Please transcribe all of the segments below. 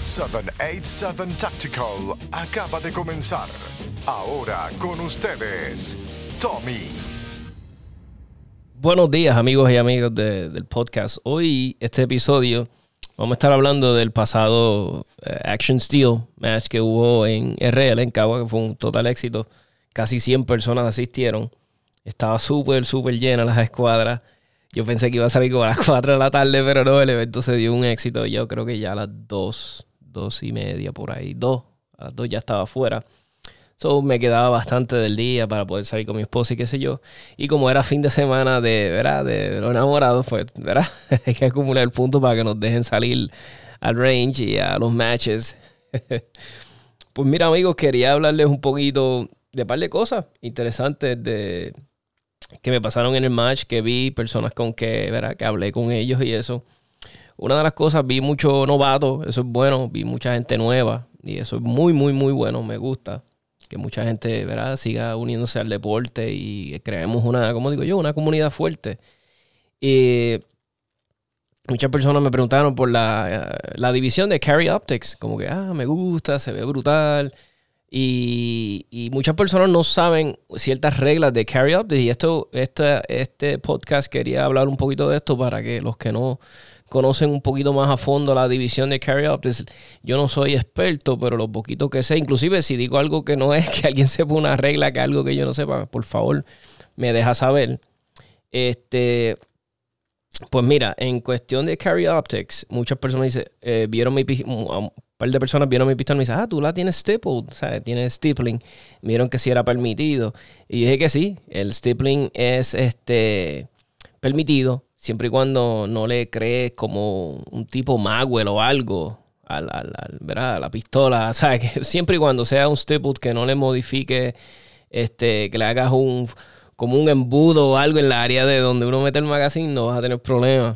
787 Tactical acaba de comenzar. Ahora con ustedes, Tommy. Buenos días, amigos y amigas del podcast. Hoy, este episodio, vamos a estar hablando del pasado Action Steel match que hubo en RL, en Cagua, que fue un total éxito. Casi 100 personas asistieron. Estaba súper llena las escuadras. Yo pensé que iba a salir como a las 4 de la tarde, pero no, el evento se dio un éxito. Yo creo que ya a las 2:30 por ahí, a las 2 ya estaba afuera. So, me quedaba bastante del día para poder salir con mi esposa y qué sé yo. Y como era fin de semana de los enamorados, pues, ¿verdad? Hay que acumular puntos para que nos dejen salir al range y a los matches. Pues mira, amigos, quería hablarles un poquito de un par de cosas interesantes que me pasaron en el match, que vi, personas con que, ¿verdad?, que hablé con ellos y eso. Una de las cosas, vi mucho novato, eso es bueno, vi mucha gente nueva y eso es muy bueno, me gusta. Que mucha gente, ¿verdad?, siga uniéndose al deporte y creemos una comunidad fuerte. Y muchas personas me preguntaron por la división de Carry Optics, como que, me gusta, se ve brutal. Y muchas personas no saben ciertas reglas de Carry Optics. Y este podcast quería hablar un poquito de esto para que los que no conocen un poquito más a fondo la división de Carry Optics. Yo no soy experto, pero lo poquito que sé, inclusive si digo algo que no es, que alguien sepa una regla, que algo que yo no sepa, por favor, me deja saber. Pues mira, en cuestión de Carry Optics, muchas personas dicen, un par de personas vieron mi pistola y me dicen, tú la tienes stippled, o sea, tienes stippling. Me dijeron que sí era permitido. Y dije que sí, el stippling es permitido, siempre y cuando no le crees como un tipo magwell o algo ¿verdad?, a la pistola. O sea, que siempre y cuando sea un stippled, que no le modifique, que le hagas como un embudo o algo en la área de donde uno mete el magazine, no vas a tener problemas.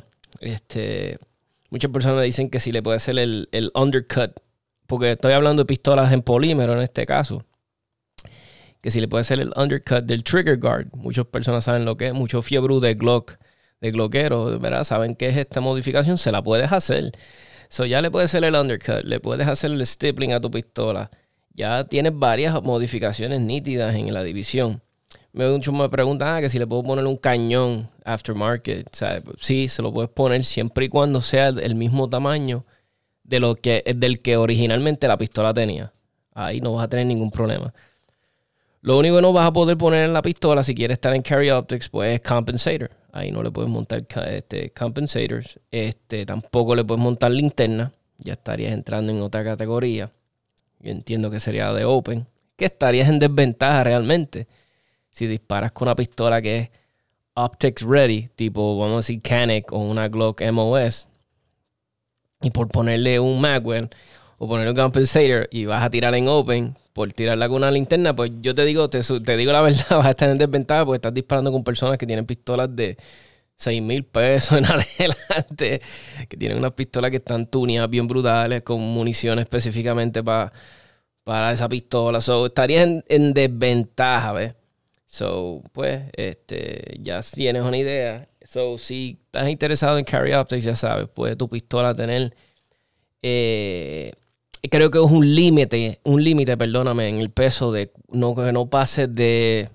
Muchas personas dicen que si le puede hacer el undercut, porque estoy hablando de pistolas en polímero en este caso, que si le puede hacer el undercut del trigger guard. Muchas personas saben lo que es, mucho fiebre de glockero, ¿verdad? Saben qué es esta modificación, se la puedes hacer. So ya le puedes hacer el undercut, le puedes hacer el stippling a tu pistola. Ya tienes varias modificaciones nítidas en la división. Muchos me preguntan que si le puedo poner un cañón aftermarket. O sea, sí, se lo puedes poner siempre y cuando sea el mismo tamaño del que originalmente la pistola tenía. Ahí no vas a tener ningún problema. Lo único que no vas a poder poner en la pistola, si quieres estar en Carry Optics, pues es compensator. Ahí no le puedes montar compensators. Tampoco le puedes montar linterna. Ya estarías entrando en otra categoría. Yo entiendo que sería de open. Que estarías en desventaja realmente. Si disparas con una pistola que es optics ready, tipo, vamos a decir, Canik o una Glock MOS, y por ponerle un magwell o ponerle un compensator y vas a tirar en open por tirarla con una linterna, pues yo te digo la verdad, vas a estar en desventaja porque estás disparando con personas que tienen pistolas de $6,000 en adelante, que tienen unas pistolas que están tuneadas bien brutales, con municiones específicamente para esa pistola. So, estarías en desventaja, ¿ves? So, pues, ya tienes una idea. So, si estás interesado en Carry Optics, ya sabes, puede tu pistola tener, creo que es un límite, perdóname, en el peso que no pase de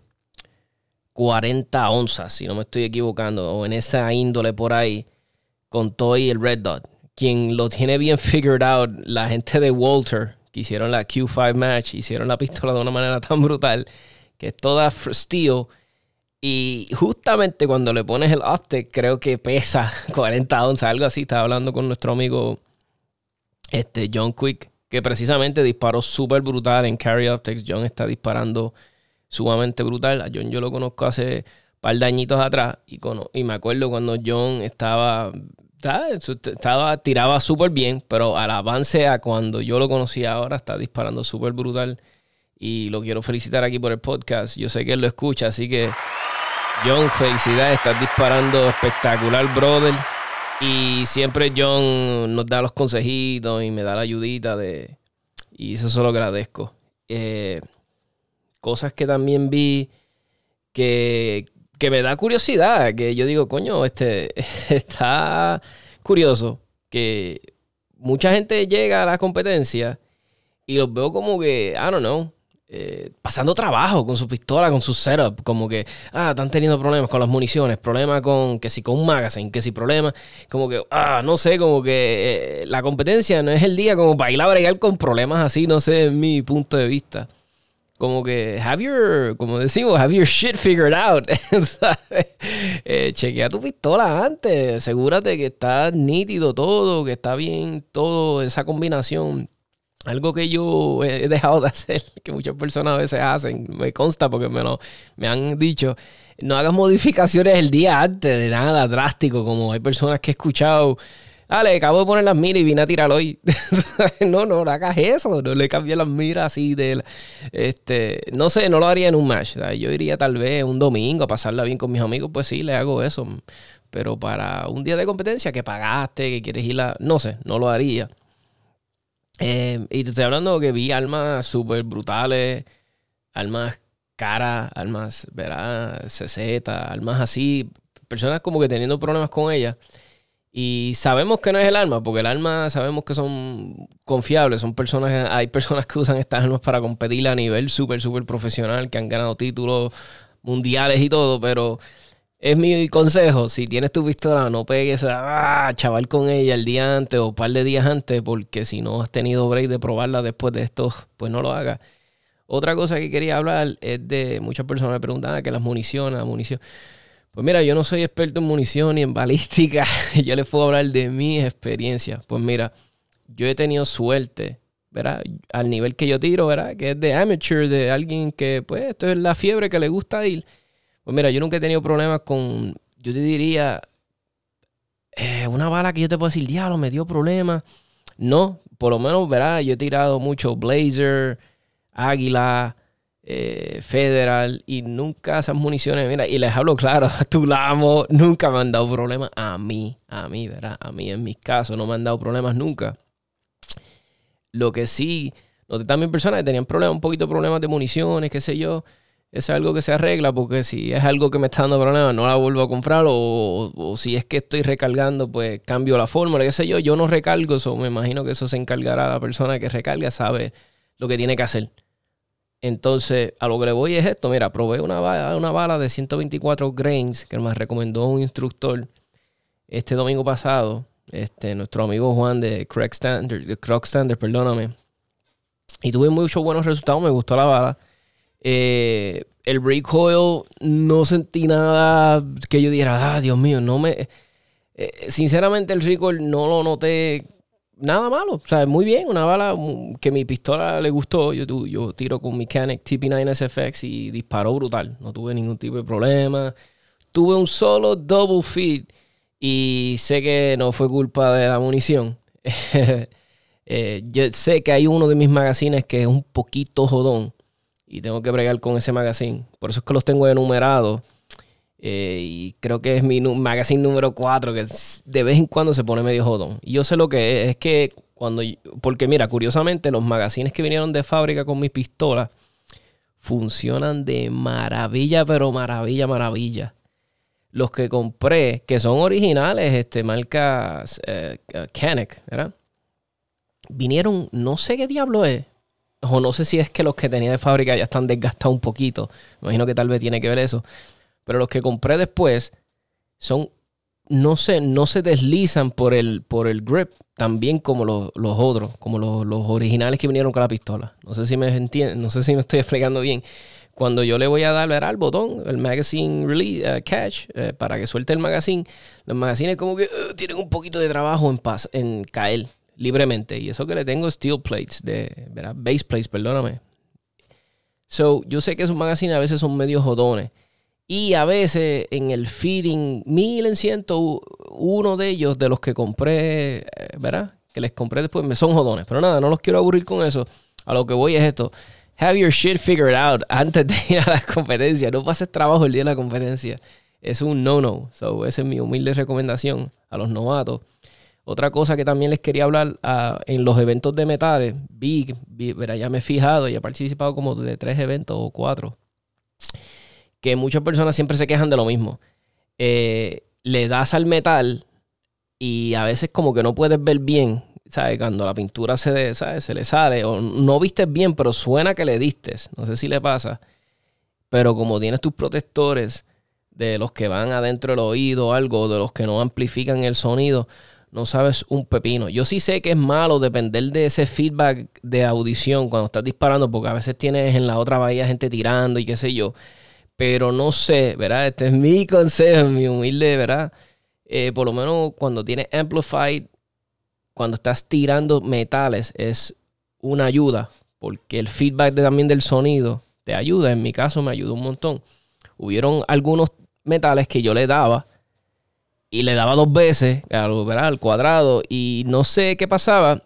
40 onzas, si no me estoy equivocando, o en esa índole por ahí, con todo y el Red Dot. Quien lo tiene bien figured out, la gente de Walter, que hicieron la Q5 match, hicieron la pistola de una manera tan brutal, que es toda steel, y justamente cuando le pones el optic, creo que pesa 40 onzas, algo así. Estaba hablando con nuestro amigo John Quick, que precisamente disparó súper brutal en Carry Optics. John está disparando sumamente brutal. A John yo lo conozco hace un par de añitos atrás, y me acuerdo cuando John tiraba súper bien, pero al avance a cuando yo lo conocí ahora, está disparando súper brutal. Y lo quiero felicitar aquí por el podcast. Yo sé que él lo escucha, así que John, felicidades. Estás disparando espectacular, brother. Y siempre John nos da los consejitos y me da la ayudita y eso se lo agradezco. Cosas que también vi que me da curiosidad. Que yo digo, coño, está curioso. Que mucha gente llega a la competencia y los veo como que, I don't know, pasando trabajo con su pistola, con su setup, como que, están teniendo problemas con las municiones, problemas con, que si con un magazine, que si problemas, como que, no sé, como que la competencia no es el día como para ir a bregar con problemas así, no sé, en mi punto de vista. Como que, como decimos, have your shit figured out, ¿sabes? Chequea tu pistola antes, asegúrate que está nítido todo, que está bien todo, esa combinación. Algo que yo he dejado de hacer, que muchas personas a veces hacen, me consta porque me han dicho, no hagas modificaciones el día antes de nada drástico, como hay personas que he escuchado, le acabo de poner las miras y vine a tirar hoy. No hagas eso, no le cambies las miras así no sé, no lo haría en un match. ¿Sabes? Yo iría tal vez un domingo a pasarla bien con mis amigos, pues sí, le hago eso. Pero para un día de competencia que pagaste, que quieres ir no sé, no lo haría. Y te estoy hablando que vi armas súper brutales, armas caras, armas, ¿verdad? CZ, armas así, personas como que teniendo problemas con ellas. Y sabemos que no es el arma, porque el arma sabemos que son confiables, hay personas que usan estas armas para competir a nivel súper profesional, que han ganado títulos mundiales y todo, pero es mi consejo, si tienes tu pistola, no pegues a chaval con ella el día antes o un par de días antes, porque si no has tenido break de probarla después de esto, pues no lo hagas. Otra cosa que quería hablar es de muchas personas me preguntan que la munición. Pues mira, yo no soy experto en munición ni en balística. Yo les puedo hablar de mi experiencia. Pues mira, yo he tenido suerte, ¿verdad? Al nivel que yo tiro, ¿verdad? Que es de amateur, de alguien que, pues, esto es la fiebre que le gusta ir. Pues mira, yo nunca he tenido problemas con, yo te diría, una bala que yo te puedo decir, diablo, me dio problemas. No, por lo menos, ¿verdad? Yo he tirado mucho Blazer, Águila, Federal y nunca esas municiones, mira, y les hablo claro, Tulamo nunca me han dado problemas a mí, ¿verdad? A mí en mis casos no me han dado problemas nunca. Lo que sí, noté también personas que tenían problemas, un poquito de problemas de municiones, qué sé yo. Eso es algo que se arregla porque si es algo que me está dando problemas, no la vuelvo a comprar o si es que estoy recargando, pues cambio la fórmula, qué sé yo. Yo no recargo eso, me imagino que eso se encargará la persona que recarga, sabe lo que tiene que hacer. Entonces, a lo que le voy es esto. Mira, probé una bala de 124 grains que me recomendó un instructor este domingo pasado. Nuestro amigo Juan de Croc Standard, perdóname. Y tuve muchos buenos resultados, me gustó la bala. El recoil no sentí nada que yo dijera, Dios mío, sinceramente el recoil no lo noté nada malo, o sea, muy bien, una bala que mi pistola le gustó. Yo tiro con Mechanic TP9 SFX y disparó brutal, no tuve ningún tipo de problema. Tuve un solo double feed y sé que no fue culpa de la munición. Yo sé que hay uno de mis magazines que es un poquito jodón y tengo que bregar con ese magazine. Por eso es que los tengo enumerados. Y creo que es mi magazine número 4, que de vez en cuando se pone medio jodón. Y yo sé lo que es que porque mira, curiosamente, los magazines que vinieron de fábrica con mi pistola funcionan de maravilla, pero maravilla. Los que compré, que son originales, marca Canik, ¿verdad? Vinieron, no sé qué diablo es. O no sé si es que los que tenía de fábrica ya están desgastados un poquito. Me imagino que tal vez tiene que ver eso. Pero los que compré después son, no se deslizan por el grip tan bien como los otros, como los originales que vinieron con la pistola. No sé si me entienden, no sé si me estoy explicando bien. Cuando yo le voy a dar al botón, el magazine release, catch, para que suelte el magazine, los magazines como que tienen un poquito de trabajo en caer libremente. Y eso que le tengo steel plates, ¿verdad? Base plates, perdóname. So, yo sé que esos magazines a veces son medio jodones. Y a veces en el feeding 1100, uno de ellos, de los que compré, ¿verdad? Que les compré después, me son jodones. Pero nada, no los quiero aburrir con eso. A lo que voy es esto. Have your shit figured out antes de ir a la competencia. No pases trabajo el día de la competencia. Es un no. So, esa es mi humilde recomendación a los novatos. Otra cosa que también les quería hablar en los eventos de metales. ¿Verdad? Ya me he fijado y he participado como de 3 eventos o 4. Que muchas personas siempre se quejan de lo mismo. Le das al metal y a veces como que no puedes ver bien. ¿sabes? Cuando la pintura ¿sabes? Se le sale, o no vistes bien, pero suena que le diste. No sé si le pasa. Pero como tienes tus protectores de los que van adentro del oído o algo, de los que no amplifican el sonido, no sabes un pepino. Yo sí sé que es malo depender de ese feedback de audición cuando estás disparando, porque a veces tienes en la otra bahía gente tirando y qué sé yo. Pero no sé, ¿verdad? Este es mi consejo, mi humilde, ¿verdad? Por lo menos cuando tienes amplified, cuando estás tirando metales, es una ayuda, porque el feedback también del sonido te ayuda. En mi caso me ayudó un montón. Hubieron algunos metales que yo le daba y le daba 2 veces, ¿verdad? Al cuadrado, y no sé qué pasaba,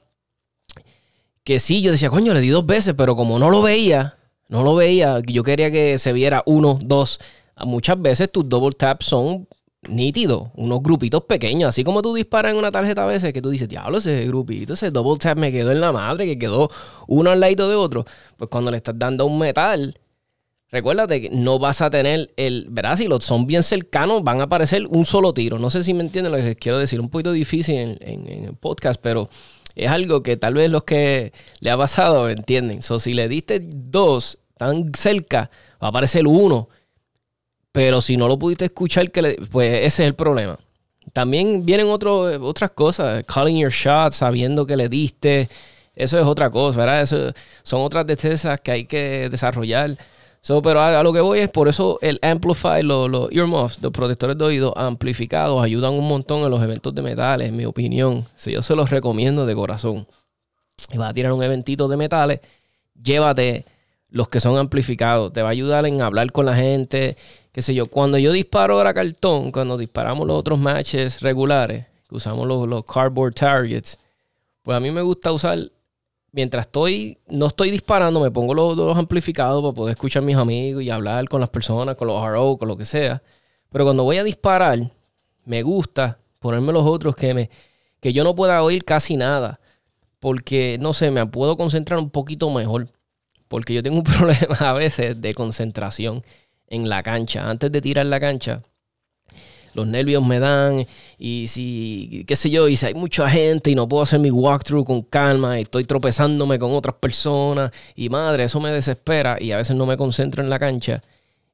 que sí, yo decía, coño, le di 2 veces, pero como no lo veía, yo quería que se viera 1, 2. Muchas veces tus double taps son nítidos, unos grupitos pequeños, así como tú disparas en una tarjeta a veces que tú dices, diablo, ese grupito, ese double tap me quedó en la madre, que quedó uno al lado de otro. Pues cuando le estás dando un metal, recuérdate que no vas a tener ¿verdad? Si los son bien cercanos, van a aparecer un solo tiro. No sé si me entienden lo que les quiero decir. Un poquito difícil en el podcast, pero es algo que tal vez los que le ha pasado entienden. So, si le diste 2 tan cerca, va a aparecer 1. Pero si no lo pudiste escuchar, pues ese es el problema. También vienen otras cosas. Calling your shot, sabiendo que le diste. Eso es otra cosa, ¿verdad? Eso son otras destrezas que hay que desarrollar. Pero a lo que voy es, por eso el Amplify, los earmuffs, los protectores de oído amplificados ayudan un montón en los eventos de metales, en mi opinión. Yo se los recomiendo de corazón. Y vas a tirar un eventito de metales, llévate los que son amplificados. Te va a ayudar en hablar con la gente, qué sé yo. Cuando yo disparo ahora cartón, cuando disparamos los otros matches regulares, que usamos los cardboard targets, pues a mí me gusta usar... Mientras no estoy disparando, me pongo los amplificados para poder escuchar a mis amigos y hablar con las personas, con los RO, con lo que sea. Pero cuando voy a disparar, me gusta ponerme los otros que yo no pueda oír casi nada. Porque, no sé, me puedo concentrar un poquito mejor. Porque yo tengo un problema a veces de concentración en la cancha. Antes de tirar la cancha, los nervios me dan, y si, qué sé yo, y si hay mucha gente y no puedo hacer mi walkthrough con calma y estoy tropezándome con otras personas, y madre, eso me desespera y a veces no me concentro en la cancha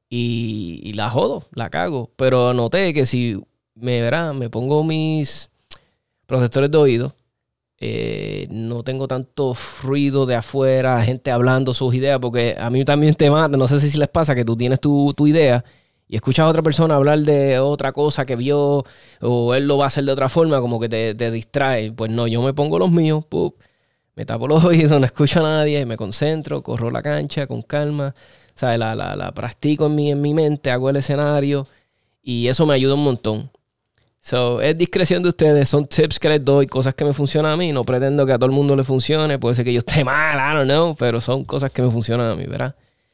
y la jodo, la cago. Pero noté que si me pongo mis protectores de oído, no tengo tanto ruido de afuera, gente hablando sus ideas, porque a mí también te mata. No sé si les pasa que tú tienes tu idea y escuchas a otra persona hablar de otra cosa que vio, o él lo va a hacer de otra forma, como que te distrae. Pues no, yo me pongo los míos, me tapo los oídos, no escucho a nadie, me concentro, corro la cancha con calma, ¿sabes? La practico en mi mente, hago el escenario, y eso me ayuda un montón. Es discreción de ustedes, son tips que les doy, cosas que me funcionan a mí. No pretendo que a todo el mundo le funcione, puede ser que yo esté mal, I don't know, pero son cosas que me funcionan a mí, ¿verdad?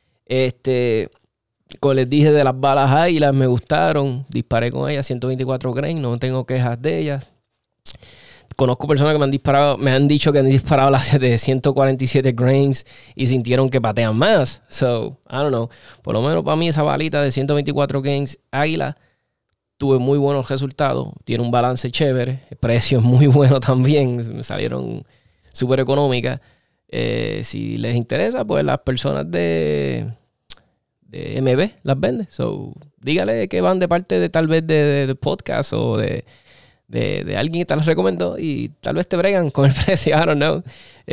Como les dije, de las balas águilas me gustaron. Disparé con ellas 124 grains. No tengo quejas de ellas. Conozco personas que me han dicho que han disparado las de 147 grains y sintieron que patean más. So, I don't know. Por lo menos para mí esa balita de 124 grains águila tuve muy buenos resultados. Tiene un balance chévere. El precio es muy bueno también. Me salieron súper económicas. Si les interesa, pues las personas de MB las vende. So, dígale que van de parte de tal vez de podcast o de alguien que te las recomendó y tal vez te bregan con el precio. I don't know.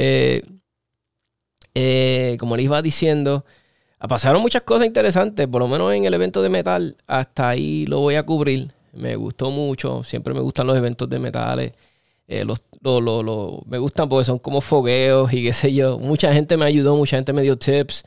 Como les iba diciendo, pasaron muchas cosas interesantes, por lo menos en el evento de metal. Hasta ahí lo voy a cubrir. Me gustó mucho. Siempre me gustan los eventos de metales. Me gustan porque son como fogueos y qué sé yo. Mucha gente me ayudó, mucha gente me dio tips.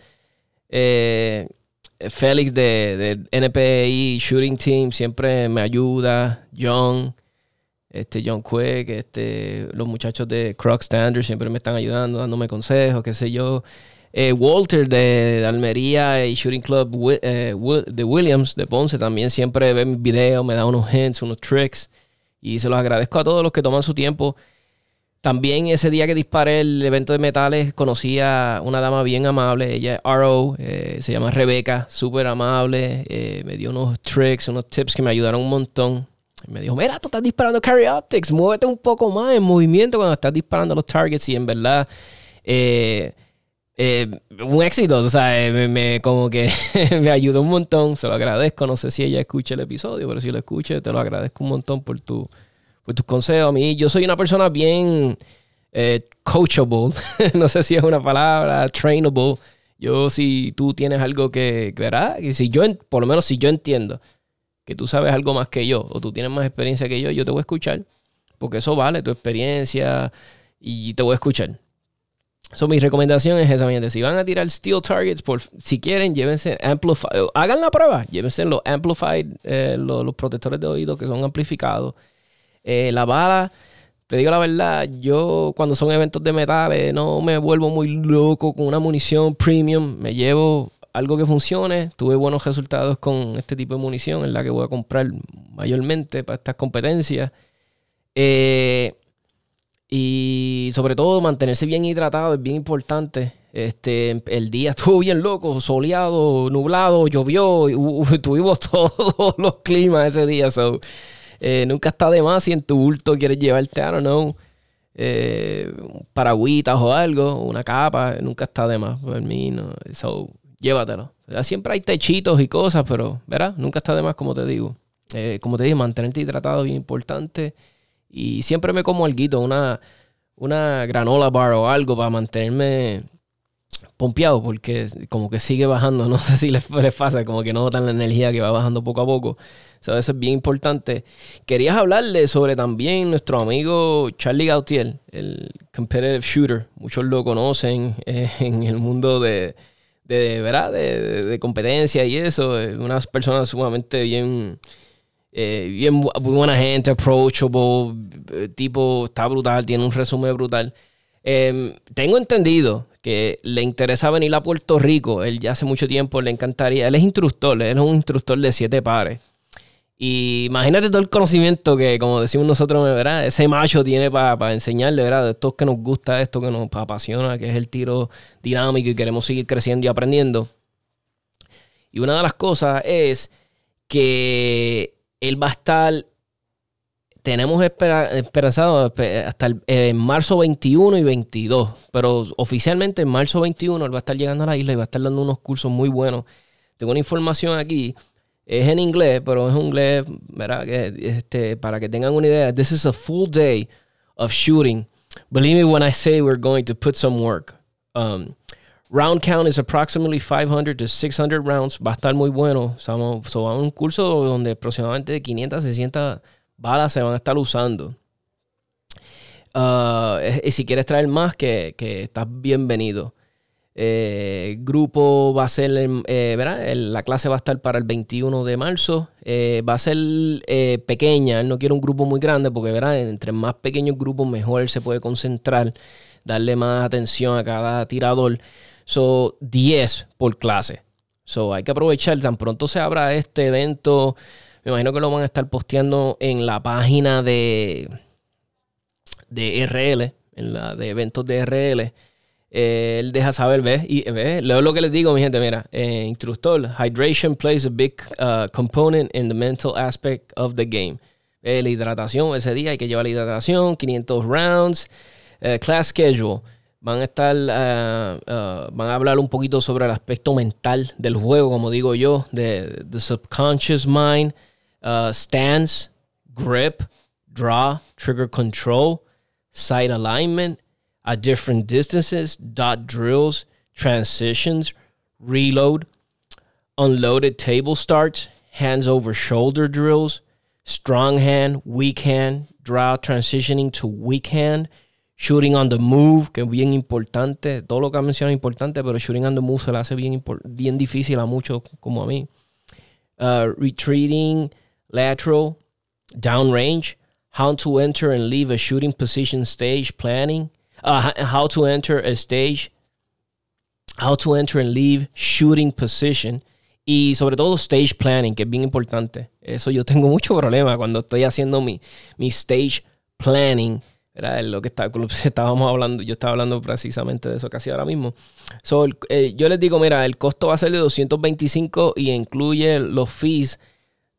Félix de NPI Shooting Team siempre me ayuda. John Quick, los muchachos de Croc Standard siempre me están ayudando, dándome consejos, qué sé yo. Walter de Almería y Shooting Club de Williams de Ponce también siempre ve mis videos, me da unos hints, unos tricks, y se los agradezco a todos los que toman su tiempo. También ese día que disparé el evento de metales conocí a una dama bien amable. Ella es RO, se llama Rebeca, súper amable. Me dio unos tricks, unos tips que me ayudaron un montón. Me dijo, mira, tú estás disparando carry optics, muévete un poco más en movimiento cuando estás disparando los targets. Y en verdad, un éxito, o sea, como que me ayudó un montón. Se lo agradezco. No sé si ella escucha el episodio, pero si lo escucha, te lo agradezco un montón por tus consejos. A mí, yo soy una persona bien coachable. No sé si es una palabra, trainable. Yo, si tú tienes algo que, ¿verdad? Y si yo, por lo menos si yo entiendo que tú sabes algo más que yo, o tú tienes más experiencia que yo te voy a escuchar. Porque eso vale, tu experiencia, y te voy a escuchar. Mi recomendación es esa, mi gente. Si van a tirar steel targets, si quieren, llévense amplified. Hagan la prueba. Llévense los amplified, los protectores de oído que son amplificados. La bala, te digo la verdad, yo cuando son eventos de metales no me vuelvo muy loco con una munición premium. Me llevo algo que funcione. Tuve buenos resultados con este tipo de munición, en la que voy a comprar mayormente para estas competencias. Y sobre todo mantenerse bien hidratado es bien importante. El día estuvo bien loco, soleado, nublado, llovió, tuvimos todos los climas ese día. Nunca está de más si en tu bulto quieres llevarte, I don't know, paragüitas o algo, una capa, nunca está de más. Por mí, no. Llévatelo. Siempre hay techitos y cosas, pero, ¿verdad? Nunca está de más, como te digo. Como te dije, mantenerte hidratado es bien importante. Y siempre me como alguito, una granola bar o algo para mantenerme pompeado, porque como que sigue bajando. No sé si les pasa, como que no notan la energía que va bajando poco a poco. Eso es bien importante. Querías hablarle sobre también nuestro amigo Charlie Gautier, el competitive shooter. Muchos lo conocen en el mundo ¿verdad? De competencia y eso. Una persona sumamente bien buena gente, approachable, tipo está brutal, tiene un resumen brutal. Tengo entendido que le interesa venir a Puerto Rico. Él ya hace mucho tiempo le encantaría. Él es instructor, él es un instructor de 7 pares. Y imagínate todo el conocimiento que, como decimos nosotros, ¿verdad? Ese macho tiene para enseñarle, ¿verdad? De esto que nos gusta, esto que nos apasiona, que es el tiro dinámico y queremos seguir creciendo y aprendiendo. Y una de las cosas es que él va a estar, tenemos esperanzado hasta el marzo 21 y 22, pero oficialmente en marzo 21 él va a estar llegando a la isla y va a estar dando unos cursos muy buenos. Tengo una información aquí. Es en inglés, pero es un inglés, ¿verdad? Para que tengan una idea. This is a full day of shooting. Believe me when I say we're going to put some work. Round count is approximately 500 to 600 rounds. Va a estar muy bueno. Vamos a un curso donde aproximadamente 500 a 600 balas se van a estar usando. Y si quieres traer más, que estás bienvenido. Grupo va a ser, ¿verdad? La clase va a estar para el 21 de marzo. Va a ser pequeña. Él no quiere un grupo muy grande porque, ¿verdad? Entre más pequeños grupos, mejor él se puede concentrar, darle más atención a cada tirador. 10 por clase. Hay que aprovechar. Tan pronto se abra este evento, me imagino que lo van a estar posteando en la página de RL, en la de eventos de RL. Él deja saber, leo lo que les digo, mi gente, mira, instructor, hydration plays a big component in the mental aspect of the game. La hidratación, ese día hay que llevar la hidratación, 500 rounds, class schedule. Van a estar, van a hablar un poquito sobre el aspecto mental del juego, como digo yo, the subconscious mind, stance, grip, draw, trigger control, sight alignment, at different distances, dot drills, transitions, reload, unloaded table starts, hands over shoulder drills, strong hand, weak hand, draw transitioning to weak hand, shooting on the move, que es bien importante. Todo lo que ha mencionado es importante, pero shooting on the move se le hace bien difícil a muchos como a mí. Retreating, lateral, downrange, how to enter and leave a shooting position stage planning, how to enter a stage, how to enter and leave shooting position, y sobre todo stage planning, que es bien importante. Eso yo tengo mucho problema cuando estoy haciendo mi stage planning. Era lo que estábamos hablando. Yo estaba hablando precisamente de eso casi ahora mismo. Yo les digo, mira, el costo va a ser de $225 y incluye los fees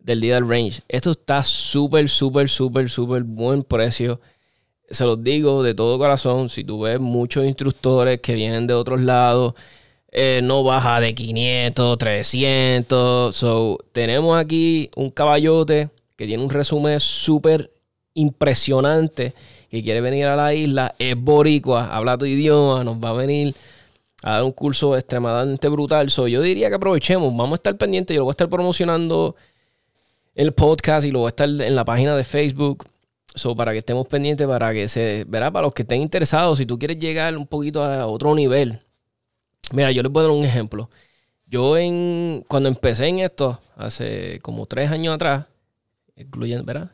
del día del range. Esto está súper buen precio. Se los digo de todo corazón. Si tú ves muchos instructores que vienen de otros lados, no baja de 500, 300. So, tenemos aquí un caballote que tiene un resumen súper impresionante, que quiere venir a la isla, es boricua, habla tu idioma, nos va a venir a dar un curso extremadamente brutal. So, yo diría que aprovechemos, vamos a estar pendientes. Yo lo voy a estar promocionando en el podcast y lo voy a estar en la página de Facebook. So, para que estemos pendientes, para que para los que estén interesados, si tú quieres llegar un poquito a otro nivel. Mira, yo les voy a dar un ejemplo. Yo cuando empecé en esto, hace como 3 años atrás, incluyendo, ¿verdad?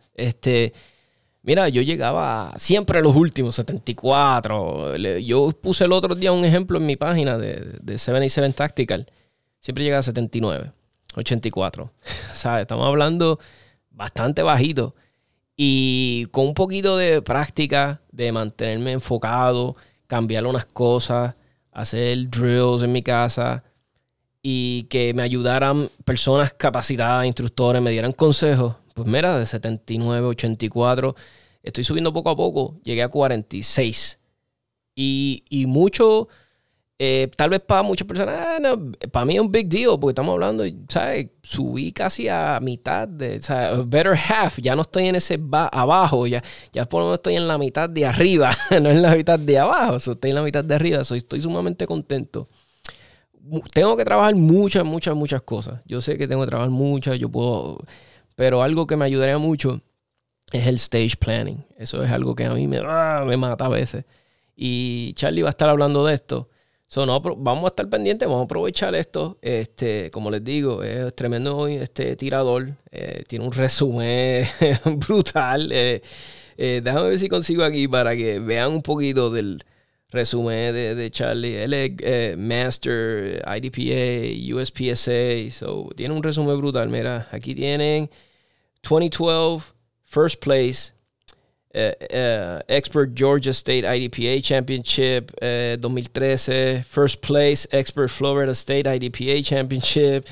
Mira, yo llegaba siempre a los últimos, 74. Yo puse el otro día un ejemplo en mi página de 77 Tactical. Siempre llegaba a 79, 84. ¿Sabes? Estamos hablando bastante bajito. Y con un poquito de práctica, de mantenerme enfocado, cambiar unas cosas, hacer drills en mi casa y que me ayudaran personas capacitadas, instructores, me dieran consejos. Pues mira, de 79, 84, estoy subiendo poco a poco, llegué a 46. Y mucho, tal vez para muchas personas, no, para mí es un big deal, porque estamos hablando, ¿sabes? Subí casi a mitad, better half, ya no estoy en ese abajo, ya por lo menos estoy en la mitad de arriba, no en la mitad de abajo, estoy en la mitad de arriba, estoy sumamente contento. Tengo que trabajar muchas cosas. Yo sé que tengo que trabajar muchas, pero algo que me ayudaría mucho es el stage planning. Eso es algo que a mí me mata a veces. Y Charlie va a estar hablando de esto. So, vamos a estar pendientes, vamos a aprovechar esto. Como les digo, es tremendo tirador. Tiene un resumen brutal. Déjame ver si consigo aquí para que vean un poquito del resumen de Charlie. Él es Master, IDPA, USPSA. So, tiene un resumen brutal. Mira, aquí tienen 2012, First Place. Expert Georgia State IDPA Championship, 2013 First Place Expert Florida State IDPA Championship,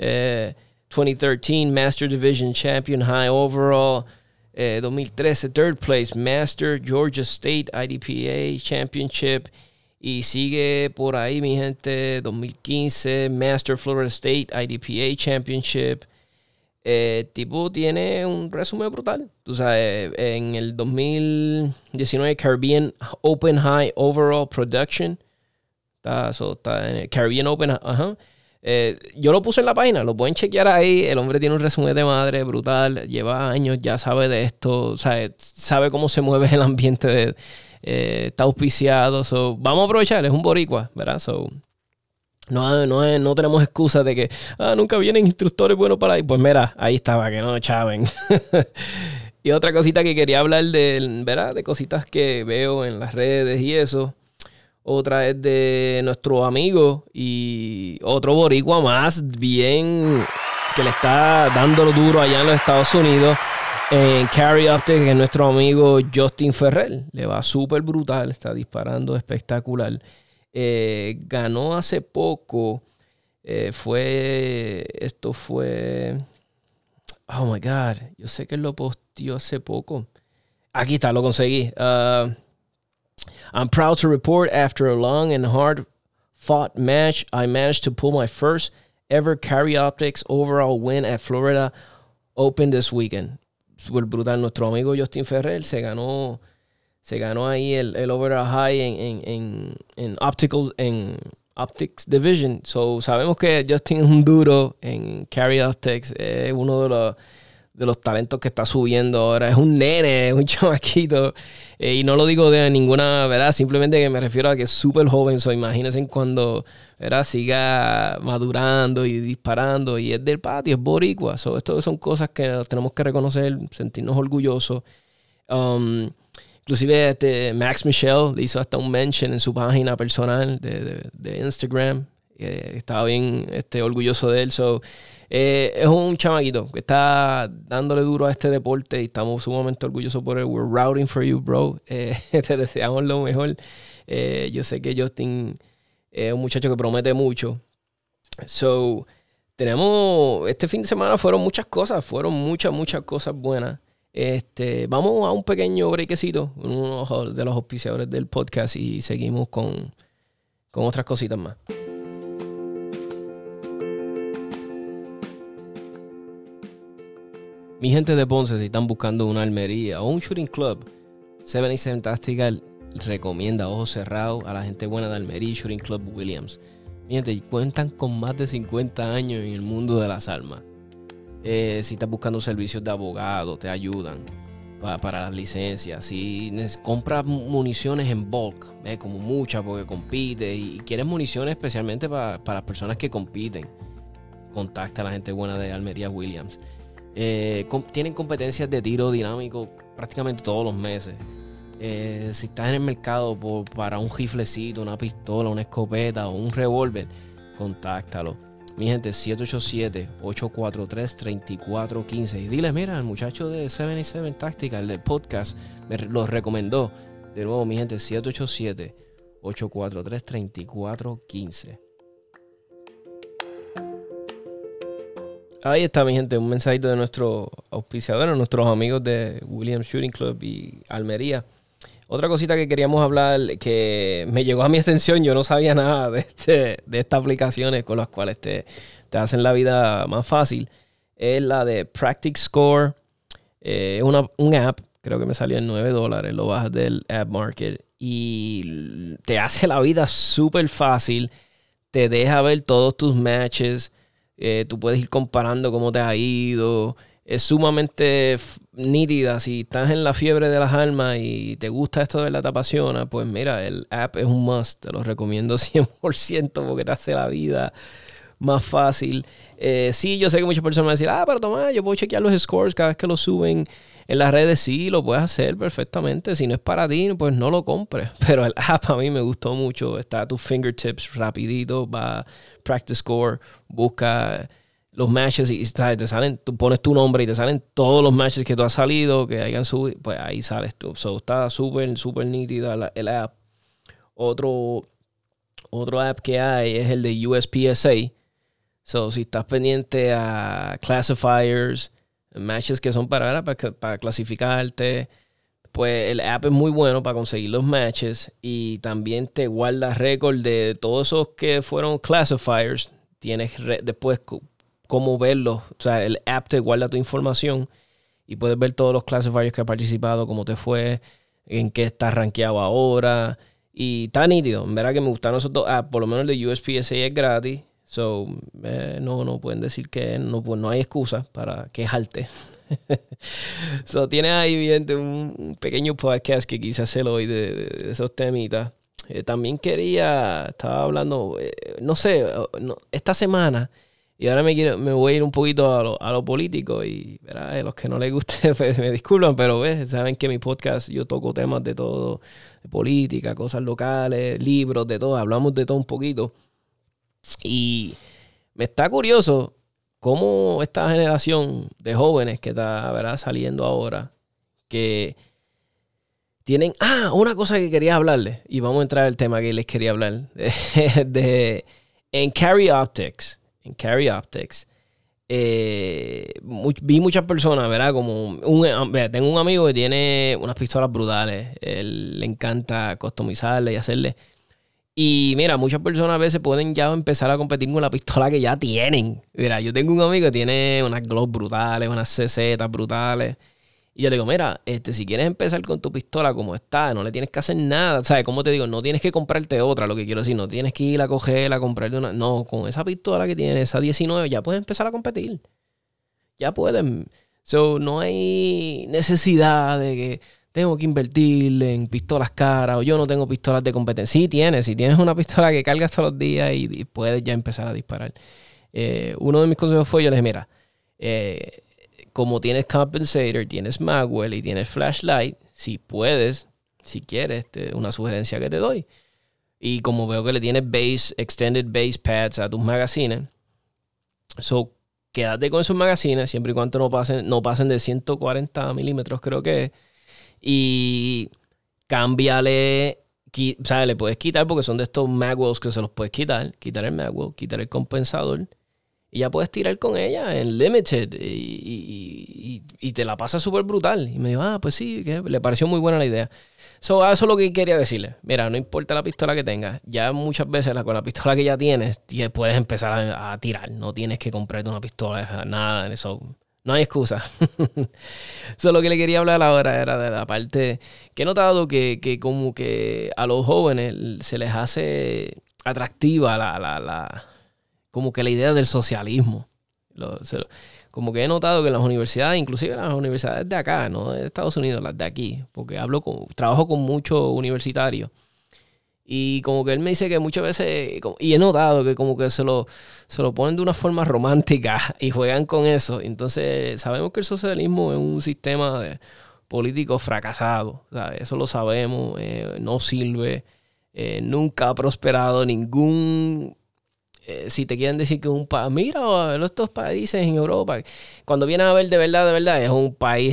2013 Master Division Champion High Overall, 2013 Third Place Master Georgia State IDPA Championship, y sigue por ahí mi gente, 2015 Master Florida State IDPA Championship. Tipo tiene un resumen brutal. Tú sabes, en el 2019 Caribbean Open High Overall Production. Está en el Caribbean Open. Yo lo puse en la página, lo pueden chequear ahí. El hombre tiene un resumen de madre brutal. Lleva años, ya sabe de esto. Sabe cómo se mueve el ambiente. Está auspiciado. Vamos a aprovechar, es un boricua, ¿verdad? No tenemos excusas de que nunca vienen instructores buenos para ahí. Pues mira, ahí estaba, que no chaven. Y otra cosita que quería hablar ¿verdad? De cositas que veo en las redes y eso. Otra es de nuestro amigo y otro boricua más bien que le está dándolo duro allá en los Estados Unidos. En Carry Optics, que es nuestro amigo Justin Ferrer. Le va súper brutal, está disparando espectacular. Ganó hace poco. Esto fue. Oh my God. Yo sé que lo posteó hace poco. Aquí está, lo conseguí. I'm proud to report after a long and hard fought match, I managed to pull my first ever Carry Optics overall win at Florida Open this weekend. Súper brutal. Nuestro amigo Justin Ferrer se ganó ahí el overall high en Optics Division. So, sabemos que Justin es un duro en Carry Optics. Es uno de los talentos que está subiendo ahora. Es un nene, es un chamaquito. Y no lo digo de ninguna, ¿verdad? Simplemente que me refiero a que es súper joven. So, imagínense cuando, ¿verdad? Siga madurando y disparando. Y es del patio, es boricua. So, esto son cosas que tenemos que reconocer, sentirnos orgullosos. Inclusive Max Michel le hizo hasta un mention en su página personal de Instagram. Estaba bien orgulloso de él. Es un chamaquito que está dándole duro a este deporte y estamos sumamente orgullosos por él. We're rooting for you, bro. Te deseamos lo mejor. Yo sé que Justin es un muchacho que promete mucho. Este fin de semana fueron muchas cosas, fueron muchas cosas buenas. Vamos a un pequeño breakcito, uno de los auspiciadores del podcast, y seguimos con otras cositas más. Mi gente de Ponce, si están buscando una almería o un shooting club, 77 Tactical recomienda ojos cerrados a la gente buena de Almería, Shooting Club Williams. Mi gente, cuentan con más de 50 años en el mundo de las armas. Si estás buscando servicios de abogado, te ayudan para las licencias. Si compras municiones en bulk, como muchas porque compites y quieres municiones especialmente para las personas que compiten, contacta a la gente buena de Almería Williams. Tienen competencias de tiro dinámico prácticamente todos los meses. Si estás en el mercado para un riflecito, una pistola, una escopeta o un revólver, contáctalo. Mi gente, 787-843-3415. Y dile, mira, el muchacho de 77 Tactical del podcast me los recomendó. De nuevo, mi gente, 787-843-3415. Ahí está, mi gente, un mensajito de nuestros auspiciadores, nuestros amigos de Williams Shooting Club y Almería. Otra cosita que queríamos hablar, que me llegó a mi atención, yo no sabía nada de estas aplicaciones con las cuales te hacen la vida más fácil, es la de Practice Score. Es un app, creo que me salió en $9, lo bajas del App Market y te hace la vida súper fácil, te deja ver todos tus matches. Tú puedes ir comparando cómo te ha ido. Es sumamente nítida. Si estás en la fiebre de las armas y te gusta esto de la te apasiona, pues mira, el app es un must. Te lo recomiendo 100% porque te hace la vida más fácil. Sí, yo sé que muchas personas van a decir, pero toma, yo puedo chequear los scores cada vez que lo suben en las redes. Sí, lo puedes hacer perfectamente. Si no es para ti, pues no lo compres. Pero el app a mí me gustó mucho. Está a tus fingertips rapidito. Va Practice Score, busca los matches y te salen, tú pones tu nombre y te salen todos los matches que tú has salido, que hayan subido, pues ahí sales tú. So, está súper nítida el app. Otro app que hay es el de USPSA. So, si estás pendiente a classifiers, matches que son para clasificarte, pues el app es muy bueno para conseguir los matches y también te guarda récord de todos esos que fueron classifiers. Tienes después cómo verlos. O sea, el app te guarda tu información y puedes ver todos los classifiers que has participado, cómo te fue, en qué estás rankeado ahora. Y está nítido. En verdad que me gustaron esos dos apps. Por lo menos el de USPSA es gratis. So, no pueden decir que no, pues no hay excusa para quejarte. So, tienes ahí bien un pequeño podcast que quise hacer hoy de esos temitas. También estaba hablando, esta semana, y ahora me voy a ir un poquito a lo político, y ¿verdad? Los que no les guste pues, me disculpan, pero saben que mi podcast yo toco temas de todo, de política, cosas locales, libros, de todo, hablamos de todo un poquito. Y me está curioso cómo esta generación de jóvenes que está, ¿verdad?, saliendo ahora, que tienen... una cosa que quería hablarles, y vamos a entrar al tema que les quería hablar, en Carry Optics, vi muchas personas, ¿verdad? Tengo un amigo que tiene unas pistolas brutales, él le encanta customizarle y hacerle. Y mira, muchas personas a veces pueden ya empezar a competir con la pistola que ya tienen. Mira, yo tengo un amigo que tiene unas Glock brutales, unas CZ brutales. Y yo le digo, mira, si quieres empezar con tu pistola como está, no le tienes que hacer nada. ¿Sabes? Como te digo, no tienes que comprarte otra, lo que quiero decir. No tienes que ir a cogerla, a comprarte una. No, con esa pistola que tienes, esa 19, ya puedes empezar a competir. Ya pueden. So, no hay necesidad de que tengo que invertir en pistolas caras o yo no tengo pistolas de competencia. Si tienes una pistola que cargas todos los días y puedes ya empezar a disparar. Uno de mis consejos fue, yo les dije, mira, como tienes compensator, tienes magwell y tienes flashlight, si quieres, una sugerencia que te doy. Y como veo que le tienes extended base pads a tus magazines, so quédate con esos magazines siempre y cuando no pasen de 140 milímetros, creo que es. Y cámbiale, o sea, le puedes quitar porque son de estos magwells que se los puedes quitar el magwell, quitar el compensador Y ya puedes tirar con ella en Limited y te la pasa súper brutal. Y me dijo, pues sí, que le pareció muy buena la idea. Eso es lo que quería decirle. Mira, no importa la pistola que tengas, ya muchas veces con la pistola que ya tienes, puedes empezar a tirar. No tienes que comprarte una pistola, nada, eso. No hay excusa. Eso lo que le quería hablar ahora era de la parte que he notado que como que a los jóvenes se les hace atractiva como que la idea del socialismo. Como que he notado que en las universidades, inclusive en las universidades de acá, no de Estados Unidos, las de aquí, porque trabajo con muchos universitarios. Y como que él me dice que muchas veces, y he notado que como que se lo ponen de una forma romántica y juegan con eso. Entonces sabemos que el socialismo es un sistema político fracasado. ¿Sabes? Eso lo sabemos, no sirve, nunca ha prosperado ningún... si te quieren decir que es un país, mira, estos países en Europa, cuando vienen a ver de verdad, es un país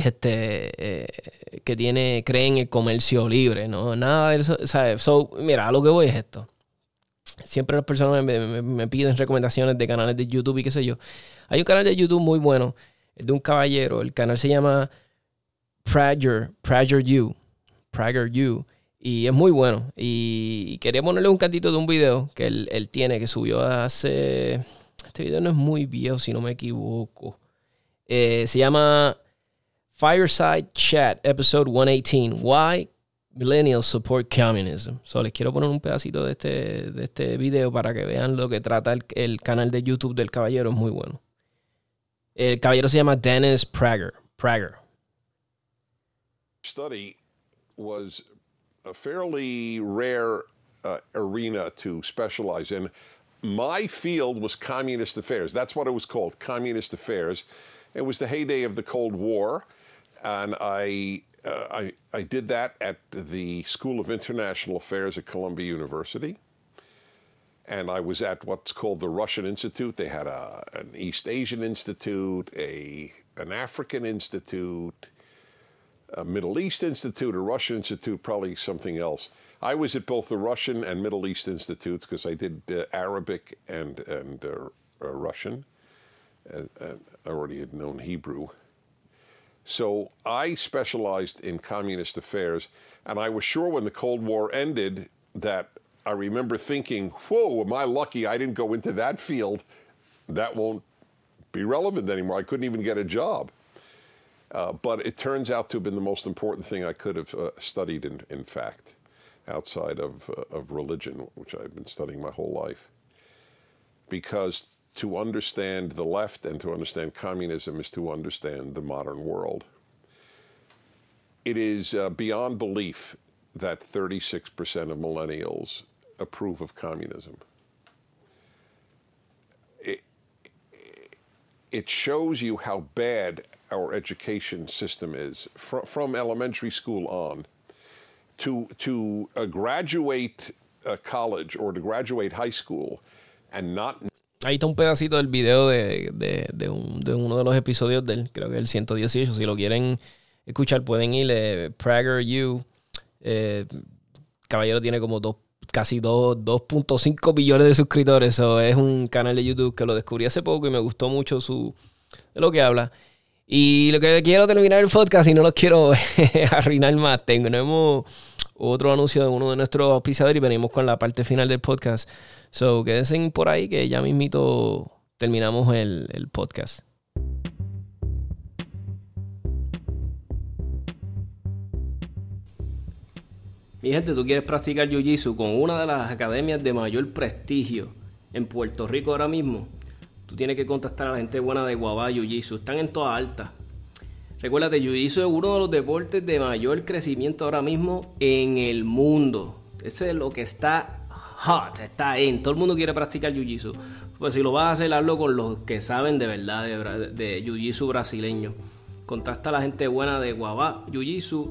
que cree en el comercio libre, ¿no? Nada de eso, ¿sabes? Mira, a lo que voy es esto. Siempre las personas me piden recomendaciones de canales de YouTube y qué sé yo. Hay un canal de YouTube muy bueno, es de un caballero, el canal se llama PragerU. Y es muy bueno. Y quería ponerle un cantito de un video que él tiene, que subió hace... Este video no es muy viejo, si no me equivoco. Se llama Fireside Chat, Episode 118. Why Millennials Support Communism. Les quiero poner un pedacito de este video para que vean lo que trata el canal de YouTube del caballero. Es muy bueno. El caballero se llama Dennis Prager. Study was a fairly rare arena to specialize in. My field was communist affairs. That's what it was called, communist affairs. It was the heyday of the Cold War, and I did that at the School of International Affairs at Columbia University. And I was at what's called the Russian Institute. They had an East Asian Institute, an African Institute, a Middle East Institute, a Russian Institute, probably something else. I was at both the Russian and Middle East Institutes because I did Arabic and Russian. I already had known Hebrew. So I specialized in communist affairs, and I was sure when the Cold War ended that I remember thinking, whoa, am I lucky I didn't go into that field? That won't be relevant anymore. I couldn't even get a job. But it turns out to have been the most important thing I could have studied, in fact, outside of religion, which I've been studying my whole life. Because to understand the left and to understand communism is to understand the modern world. It is beyond belief that 36% of millennials approve of communism. It shows you how bad our education system is from elementary school on. To graduate college or to graduate high school and not... Ahí está un pedacito del video de uno de los episodios del, creo que el 118. Si lo quieren escuchar, pueden ir. PragerU. Caballero tiene como casi 2.5 billones de suscriptores. So, es un canal de YouTube que lo descubrí hace poco y me gustó mucho de lo que habla. Y lo que quiero terminar el podcast y no lo quiero arruinar más. Tenemos otro anuncio de uno de nuestros auspiciadores y venimos con la parte final del podcast. So, quédense por ahí que ya mismito terminamos el podcast. Mi gente, tú quieres practicar Jiu-Jitsu con una de las academias de mayor prestigio en Puerto Rico ahora mismo. Tú tienes que contactar a la gente buena de Guabá Jiu-Jitsu. Están en toda alta. Recuérdate, Jiu-Jitsu es uno de los deportes de mayor crecimiento ahora mismo en el mundo. Ese es lo que está hot, está en. Todo el mundo quiere practicar Jiu-Jitsu. Pues si lo vas a hacer, hazlo con los que saben de verdad de Jiu-Jitsu brasileño. Contacta a la gente buena de Guabá Jiu-Jitsu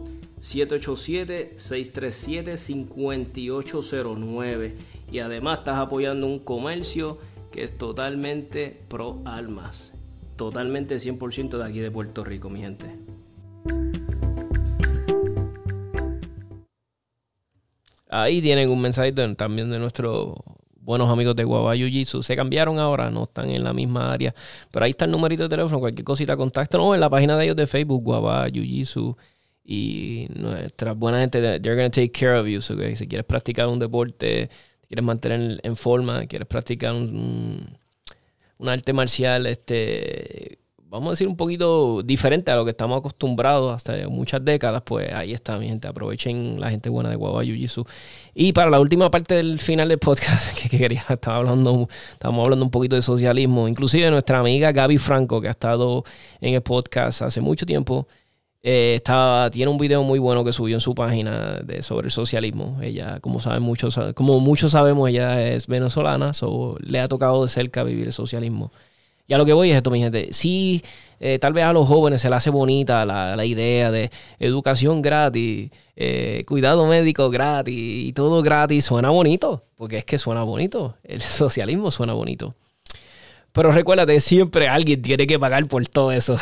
787-637-5809. Y además estás apoyando un comercio que es totalmente pro almas. Totalmente 100% de aquí de Puerto Rico, mi gente. Ahí tienen un mensajito también de nuestro buenos amigos de Guava Jiu-Jitsu. Se cambiaron ahora, no están en la misma área. Pero ahí está el numerito de teléfono, cualquier cosita, contáctanos en la página de ellos de Facebook, Guava Jiu-Jitsu. Y nuestra buena gente, they're going to take care of you. So, okay, si quieres practicar un deporte, quieres mantener en forma, quieres practicar un arte marcial, vamos a decir un poquito diferente a lo que estamos acostumbrados hasta muchas décadas, pues ahí está, mi gente. Aprovechen la gente buena de Guava Jiu-Jitsu. Y para la última parte del final del podcast, que quería, estábamos hablando un poquito de socialismo. Inclusive nuestra amiga Gaby Franco, que ha estado en el podcast hace mucho tiempo, tiene un video muy bueno que subió en su página sobre el socialismo. Ella, como muchos sabemos, ella es venezolana, le ha tocado de cerca vivir el socialismo. Y a lo que voy es esto, mi gente. Sí, tal vez a los jóvenes se les hace bonita la idea de educación gratis, cuidado médico gratis y todo gratis. Suena bonito, porque es que suena bonito. El socialismo suena bonito. Pero recuérdate, siempre alguien tiene que pagar por todo eso.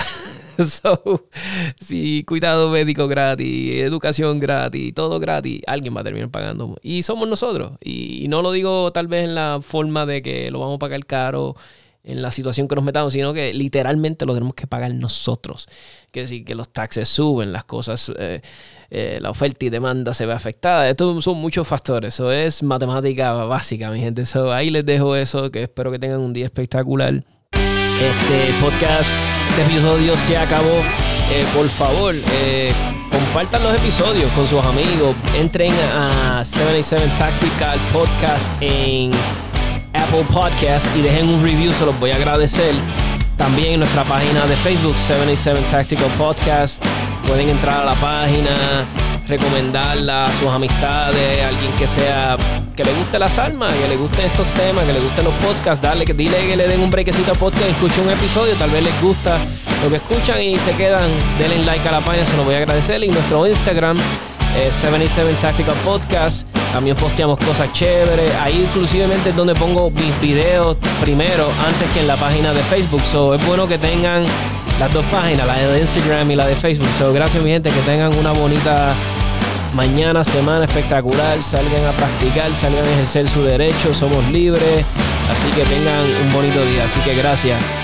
Sí, cuidado médico gratis, educación gratis, todo gratis, alguien va a terminar pagando. Y somos nosotros. Y no lo digo tal vez en la forma de que lo vamos a pagar caro en la situación que nos metamos, sino que literalmente lo tenemos que pagar nosotros. Quiere decir que los taxes suben, las cosas, la oferta y demanda se ve afectada. Estos son muchos factores. Eso es matemática básica, mi gente. Ahí les dejo eso, que espero que tengan un día espectacular. Este podcast, este episodio se acabó. Por favor, compartan los episodios con sus amigos. Entren a 787 Tactical Podcast en Apple Podcast y dejen un review, se los voy a agradecer. También en nuestra página de Facebook, 787 Tactical Podcast. Pueden entrar a la página, recomendarla a sus amistades, a alguien que le guste las armas, que le gusten estos temas, que le gusten los podcasts. Dile que le den un brequecito a podcast y escuchen un episodio. Tal vez les gusta lo que escuchan y se quedan. Denle like a la página, se los voy a agradecer. Y nuestro Instagram es 787 Tactical Podcast. También posteamos cosas chéveres. Ahí inclusivemente es donde pongo mis videos primero, antes que en la página de Facebook. Es bueno que tengan las dos páginas, la de Instagram y la de Facebook. Gracias, mi gente, que tengan una bonita mañana, semana espectacular. Salgan a practicar, salgan a ejercer su derecho. Somos libres. Así que tengan un bonito día. Así que gracias.